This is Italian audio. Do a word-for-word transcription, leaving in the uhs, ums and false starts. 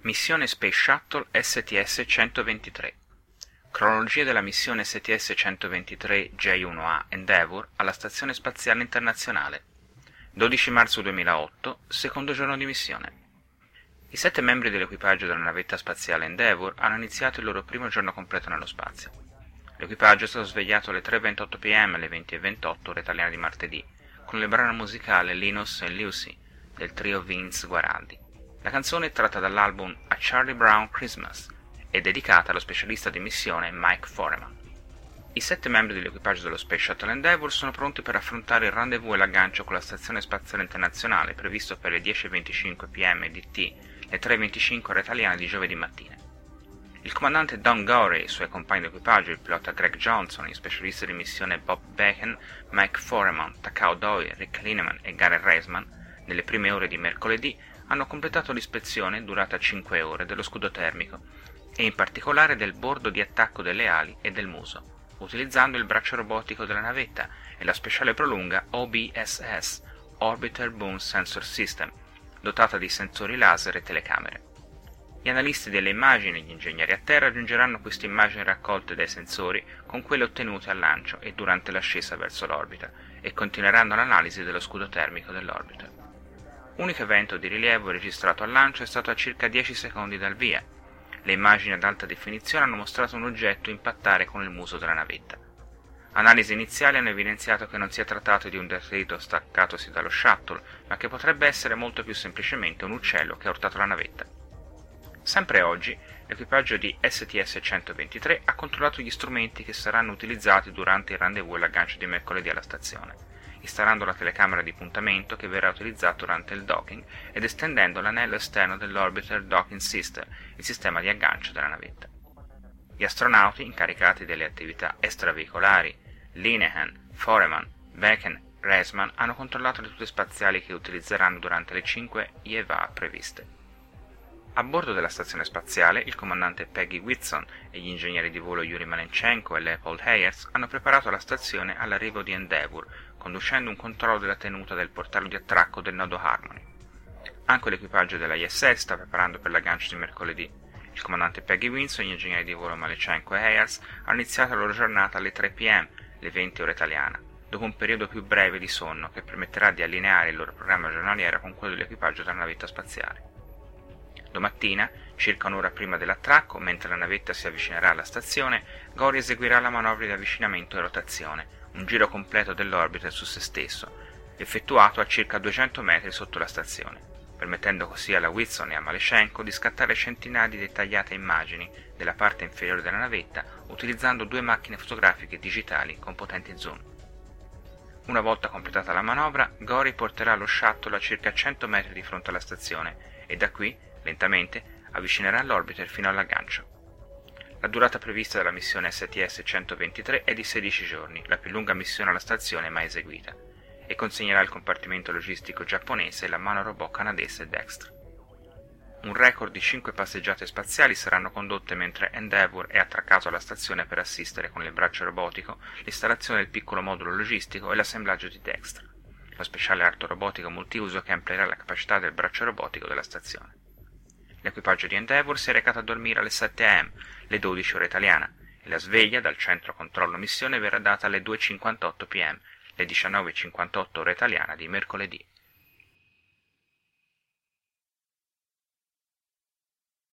Missione Space Shuttle S T S centoventitré. Cronologia della missione S T S centoventitré J uno A Endeavour alla Stazione Spaziale Internazionale. dodici marzo duemilaotto, secondo giorno di missione. I sette membri dell'equipaggio della navetta spaziale Endeavour hanno iniziato il loro primo giorno completo nello spazio. L'equipaggio è stato svegliato alle tre e ventotto p m alle venti e ventotto ora italiana di martedì, con il brano musicale Linus and Lucy del trio Vince Guaraldi. La canzone è tratta dall'album A Charlie Brown Christmas e dedicata allo specialista di missione Mike Foreman. I sette membri dell'equipaggio dello Space Shuttle Endeavour sono pronti per affrontare il rendezvous e l'aggancio con la Stazione Spaziale Internazionale previsto per le dieci e venticinque p m D T, le tre e venticinque ora italiane di giovedì mattina. Il comandante Don Gorey e i suoi compagni d'equipaggio, il pilota Greg Johnson, i specialisti di missione Bob Behan, Mike Foreman, Takao Doi, Rick Lineman e Gary Reisman, nelle prime ore di mercoledì, hanno completato l'ispezione, durata cinque ore, dello scudo termico e in particolare del bordo di attacco delle ali e del muso, utilizzando il braccio robotico della navetta e la speciale prolunga O B S S, Orbiter Boom Sensor System, dotata di sensori laser e telecamere. Gli analisti delle immagini e gli ingegneri a terra aggiungeranno queste immagini raccolte dai sensori con quelle ottenute al lancio e durante l'ascesa verso l'orbita e continueranno l'analisi dello scudo termico dell'orbiter. Unico evento di rilievo registrato al lancio è stato a circa dieci secondi dal via. Le immagini ad alta definizione hanno mostrato un oggetto impattare con il muso della navetta. Analisi iniziali hanno evidenziato che non si è trattato di un detrito staccatosi dallo shuttle, ma che potrebbe essere molto più semplicemente un uccello che ha urtato la navetta. Sempre oggi, l'equipaggio di S T S centoventitré ha controllato gli strumenti che saranno utilizzati durante il rendezvous e l'aggancio di mercoledì alla stazione, installando la telecamera di puntamento che verrà utilizzata durante il docking ed estendendo l'anello esterno dell'Orbiter Docking System, il sistema di aggancio della navetta. Gli astronauti, incaricati delle attività extraveicolari, Linehan, Foreman, Becken, Reisman, hanno controllato le tute spaziali che utilizzeranno durante le cinque I E V A previste. A bordo della stazione spaziale, il comandante Peggy Whitson e gli ingegneri di volo Yuri Malenchenko e Leopold Ayers hanno preparato la stazione all'arrivo di Endeavour, conducendo un controllo della tenuta del portello di attracco del nodo Harmony. Anche l'equipaggio della I S S sta preparando per l'aggancio di mercoledì. Il comandante Peggy Whitson e gli ingegneri di volo Malenchenko e Ayers hanno iniziato la loro giornata alle tre p m, le venti ora italiana, dopo un periodo più breve di sonno che permetterà di allineare il loro programma giornaliero con quello dell'equipaggio della navetta spaziale. Domattina, circa un'ora prima dell'attracco, mentre la navetta si avvicinerà alla stazione, Gorey eseguirà la manovra di avvicinamento e rotazione, un giro completo dell'orbiter su se stesso, effettuato a circa duecento metri sotto la stazione, permettendo così alla Whitson e a Malenchenko di scattare centinaia di dettagliate immagini della parte inferiore della navetta utilizzando due macchine fotografiche digitali con potenti zoom. Una volta completata la manovra, Gorey porterà lo shuttle a circa cento metri di fronte alla stazione e da qui, lentamente, avvicinerà l'orbiter fino all'aggancio. La durata prevista della missione S T S centoventitré è di sedici giorni, la più lunga missione alla stazione mai eseguita, e consegnerà al compartimento logistico giapponese la mano robot canadese Dextre. Un record di cinque passeggiate spaziali saranno condotte mentre Endeavour è attraccato alla stazione per assistere con il braccio robotico l'installazione del piccolo modulo logistico e l'assemblaggio di Dextre, lo speciale arto robotico multiuso che amplierà la capacità del braccio robotico della stazione. L'equipaggio di Endeavour si è recato a dormire alle sette a m, le dodici ora italiana, e la sveglia dal centro controllo missione verrà data alle due e cinquantotto p m, le diciannove e cinquantotto ora italiana di mercoledì.